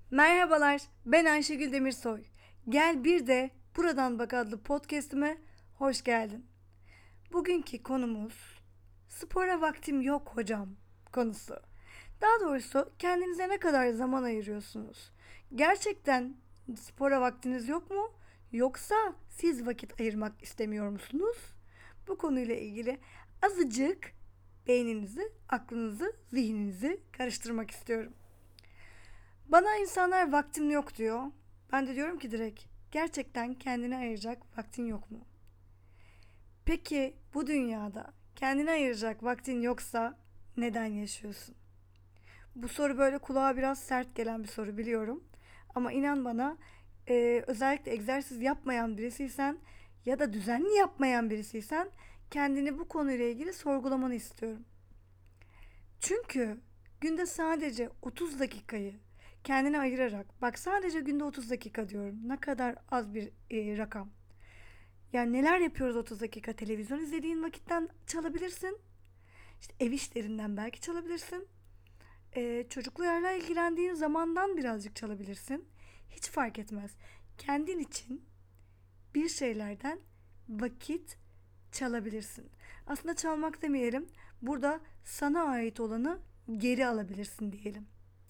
Merhabalar, ben Ayşegül Demirsoy. Gel bir de Buradan Bak adlı podcast'ime hoş geldin. Bugünkü konumuz spora vaktim yok hocam konusu. Daha doğrusu kendinize ne kadar zaman ayırıyorsunuz? Gerçekten spora vaktiniz yok mu? Yoksa siz vakit ayırmak istemiyor musunuz? Bu konuyla ilgili azıcık beyninizi, aklınızı, zihninizi karıştırmak istiyorum. Bana insanlar vaktim yok diyor. Ben de diyorum ki direkt gerçekten kendine ayıracak vaktin yok mu? Peki bu dünyada kendine ayıracak vaktin yoksa neden yaşıyorsun? Bu soru böyle kulağa biraz sert gelen bir soru biliyorum. Ama inan bana özellikle egzersiz yapmayan birisiysen ya da düzenli yapmayan birisiysen kendini bu konuyla ilgili sorgulamanı istiyorum. Çünkü günde sadece 30 dakikayı kendine ayırarak, bak sadece günde 30 dakika diyorum. Ne kadar az bir rakam. Yani neler yapıyoruz 30 dakika? Televizyon izlediğin vakitten çalabilirsin. İşte ev işlerinden belki çalabilirsin. Çocuklarla ilgilendiğin zamandan birazcık çalabilirsin. Hiç fark etmez. Kendin için bir şeylerden vakit çalabilirsin. Aslında çalmak demeyelim. Burada sana ait olanı geri alabilirsin diyelim.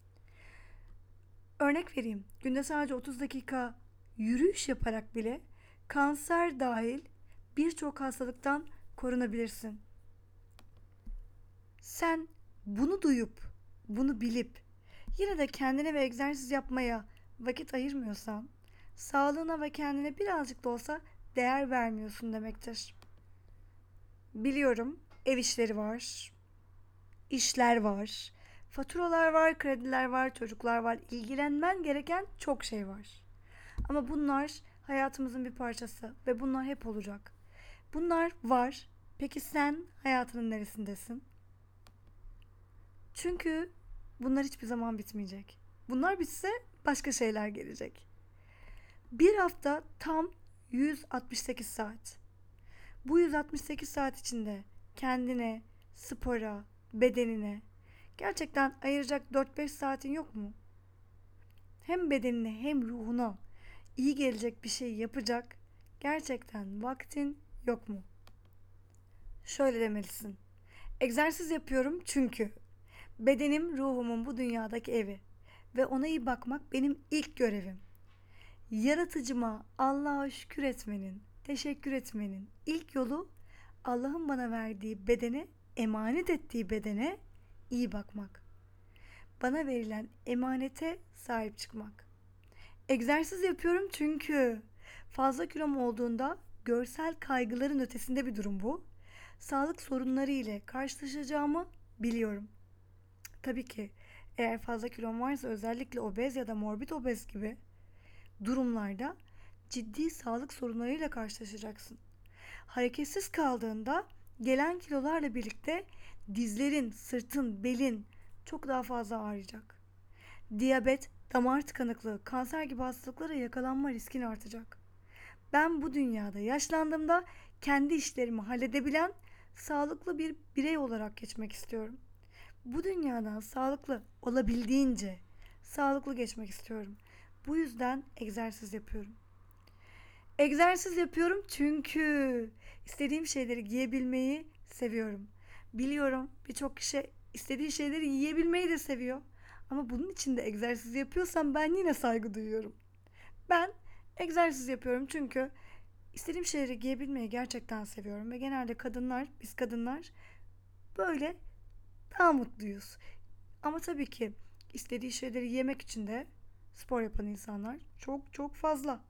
Örnek vereyim. Günde sadece 30 dakika yürüyüş yaparak bile kanser dahil birçok hastalıktan korunabilirsin. Sen bunu duyup, bunu bilip yine de kendine ve egzersiz yapmaya vakit ayırmıyorsan, sağlığına ve kendine birazcık da olsa değer vermiyorsun demektir. Biliyorum, ev işleri var, işler var, faturalar var, krediler var, çocuklar var. İlgilenmen gereken çok şey var. Ama bunlar hayatımızın bir parçası ve bunlar hep olacak. Bunlar var. Peki sen hayatının neresindesin? Çünkü bunlar hiçbir zaman bitmeyecek. Bunlar bitse başka şeyler gelecek. Bir hafta tam 168 saat. Bu 168 saat içinde kendine, spora, bedenine gerçekten ayıracak 4-5 saatin yok mu? Hem bedenine hem ruhuna iyi gelecek bir şey yapacak gerçekten vaktin yok mu? Şöyle demelisin. Egzersiz yapıyorum çünkü bedenim ruhumun bu dünyadaki evi ve ona iyi bakmak benim ilk görevim. Yaratıcıma Allah'a şükür etmenin, teşekkür etmenin ilk yolu Allah'ın bana verdiği bedene, emanet ettiği bedene iyi bakmak. Bana verilen emanete sahip çıkmak. Egzersiz yapıyorum çünkü fazla kilom olduğunda görsel kaygıların ötesinde bir durum bu. Sağlık sorunları ile karşılaşacağımı biliyorum. Tabii ki eğer fazla kilom varsa özellikle obez ya da morbid obez gibi durumlarda ciddi sağlık sorunlarıyla karşılaşacaksın. Hareketsiz kaldığında gelen kilolarla birlikte dizlerin, sırtın, belin çok daha fazla ağrıyacak. Diyabet, damar tıkanıklığı, kanser gibi hastalıklara yakalanma riskin artacak. Ben bu dünyada yaşlandığımda kendi işlerimi halledebilen sağlıklı bir birey olarak geçmek istiyorum. Bu dünyadan sağlıklı olabildiğince sağlıklı geçmek istiyorum. Bu yüzden egzersiz yapıyorum. Egzersiz yapıyorum çünkü istediğim şeyleri giyebilmeyi seviyorum. Biliyorum birçok kişi istediği şeyleri yiyebilmeyi de seviyor. Ama bunun için de egzersiz yapıyorsam ben yine saygı duyuyorum. Ben egzersiz yapıyorum çünkü istediğim şeyleri giyebilmeyi gerçekten seviyorum. Ve genelde kadınlar, biz kadınlar böyle daha mutluyuz. Ama tabii ki istediği şeyleri yemek için de spor yapan insanlar çok çok fazla.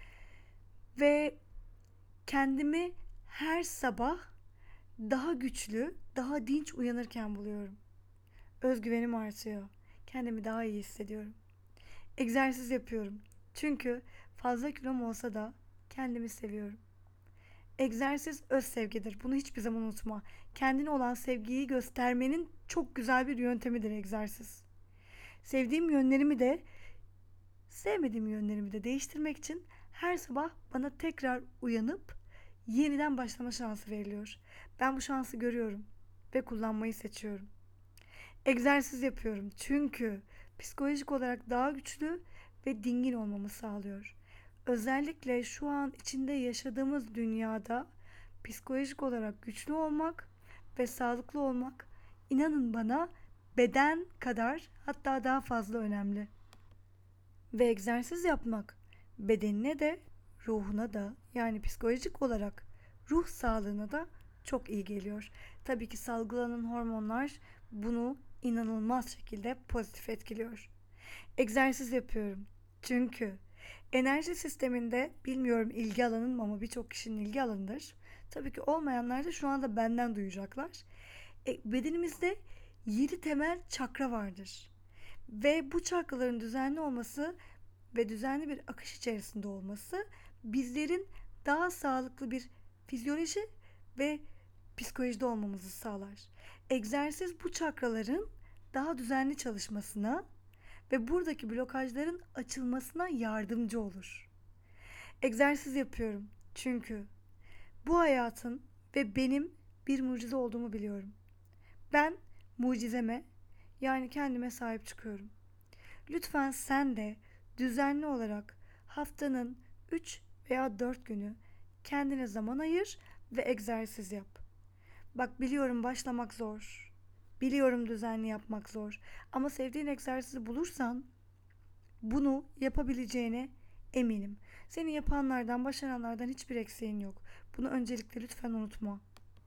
Ve kendimi her sabah daha güçlü, daha dinç uyanırken buluyorum. Özgüvenim artıyor. Kendimi daha iyi hissediyorum. Egzersiz yapıyorum. Çünkü fazla kilom olsa da kendimi seviyorum. Egzersiz öz sevgidir. Bunu hiçbir zaman unutma. Kendine olan sevgiyi göstermenin çok güzel bir yöntemidir egzersiz. Sevdiğim yönlerimi de, sevmediğim yönlerimi de değiştirmek için her sabah bana tekrar uyanıp yeniden başlama şansı veriliyor. Ben bu şansı görüyorum ve kullanmayı seçiyorum. Egzersiz yapıyorum çünkü psikolojik olarak daha güçlü ve dingin olmamı sağlıyor. Özellikle şu an içinde yaşadığımız dünyada psikolojik olarak güçlü olmak ve sağlıklı olmak, inanın bana, beden kadar, hatta daha fazla önemli. Ve egzersiz yapmak bedenine de ruhuna da, yani psikolojik olarak ruh sağlığına da çok iyi geliyor. Tabii ki salgılanan hormonlar bunu inanılmaz şekilde pozitif etkiliyor. Egzersiz yapıyorum. Çünkü enerji sisteminde, bilmiyorum ilgi alanın mı ama birçok kişinin ilgi alanıdır. Tabii ki olmayanlar da şu anda benden duyacaklar. Bedenimizde 7 temel çakra vardır. Ve bu çakraların düzenli olması ve düzenli bir akış içerisinde olması bizlerin daha sağlıklı bir fizyoloji ve psikolojide olmamızı sağlar. Egzersiz bu çakraların daha düzenli çalışmasına ve buradaki blokajların açılmasına yardımcı olur. Egzersiz yapıyorum çünkü bu hayatın ve benim bir mucize olduğumu biliyorum. Ben mucizeme, yani kendime sahip çıkıyorum. Lütfen sen de düzenli olarak haftanın 3 veya 4 günü kendine zaman ayır ve egzersiz yap. Bak, biliyorum başlamak zor. Biliyorum düzenli yapmak zor. Ama sevdiğin egzersizi bulursan bunu yapabileceğine eminim. Seni yapanlardan, başaranlardan hiçbir eksiğin yok. Bunu öncelikle lütfen unutma.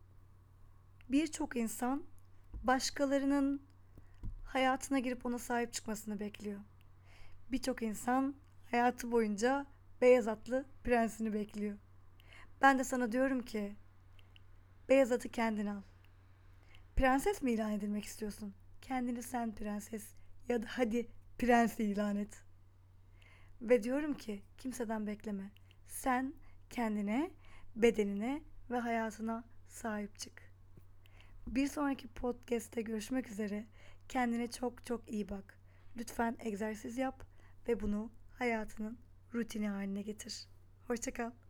Birçok insan başkalarının hayatına girip ona sahip çıkmasını bekliyor. Birçok insan hayatı boyunca beyaz atlı prensini bekliyor. Ben de sana diyorum ki beyaz atı kendin al. Prenses mi ilan edilmek istiyorsun? Kendini sen prenses ya da hadi prens ilan et. Ve diyorum ki kimseden bekleme. Sen kendine, bedenine ve hayatına sahip çık. Bir sonraki podcast'te görüşmek üzere. Kendine çok çok iyi bak. Lütfen egzersiz yap ve bunu hayatının rutini haline getir. Hoşça kal.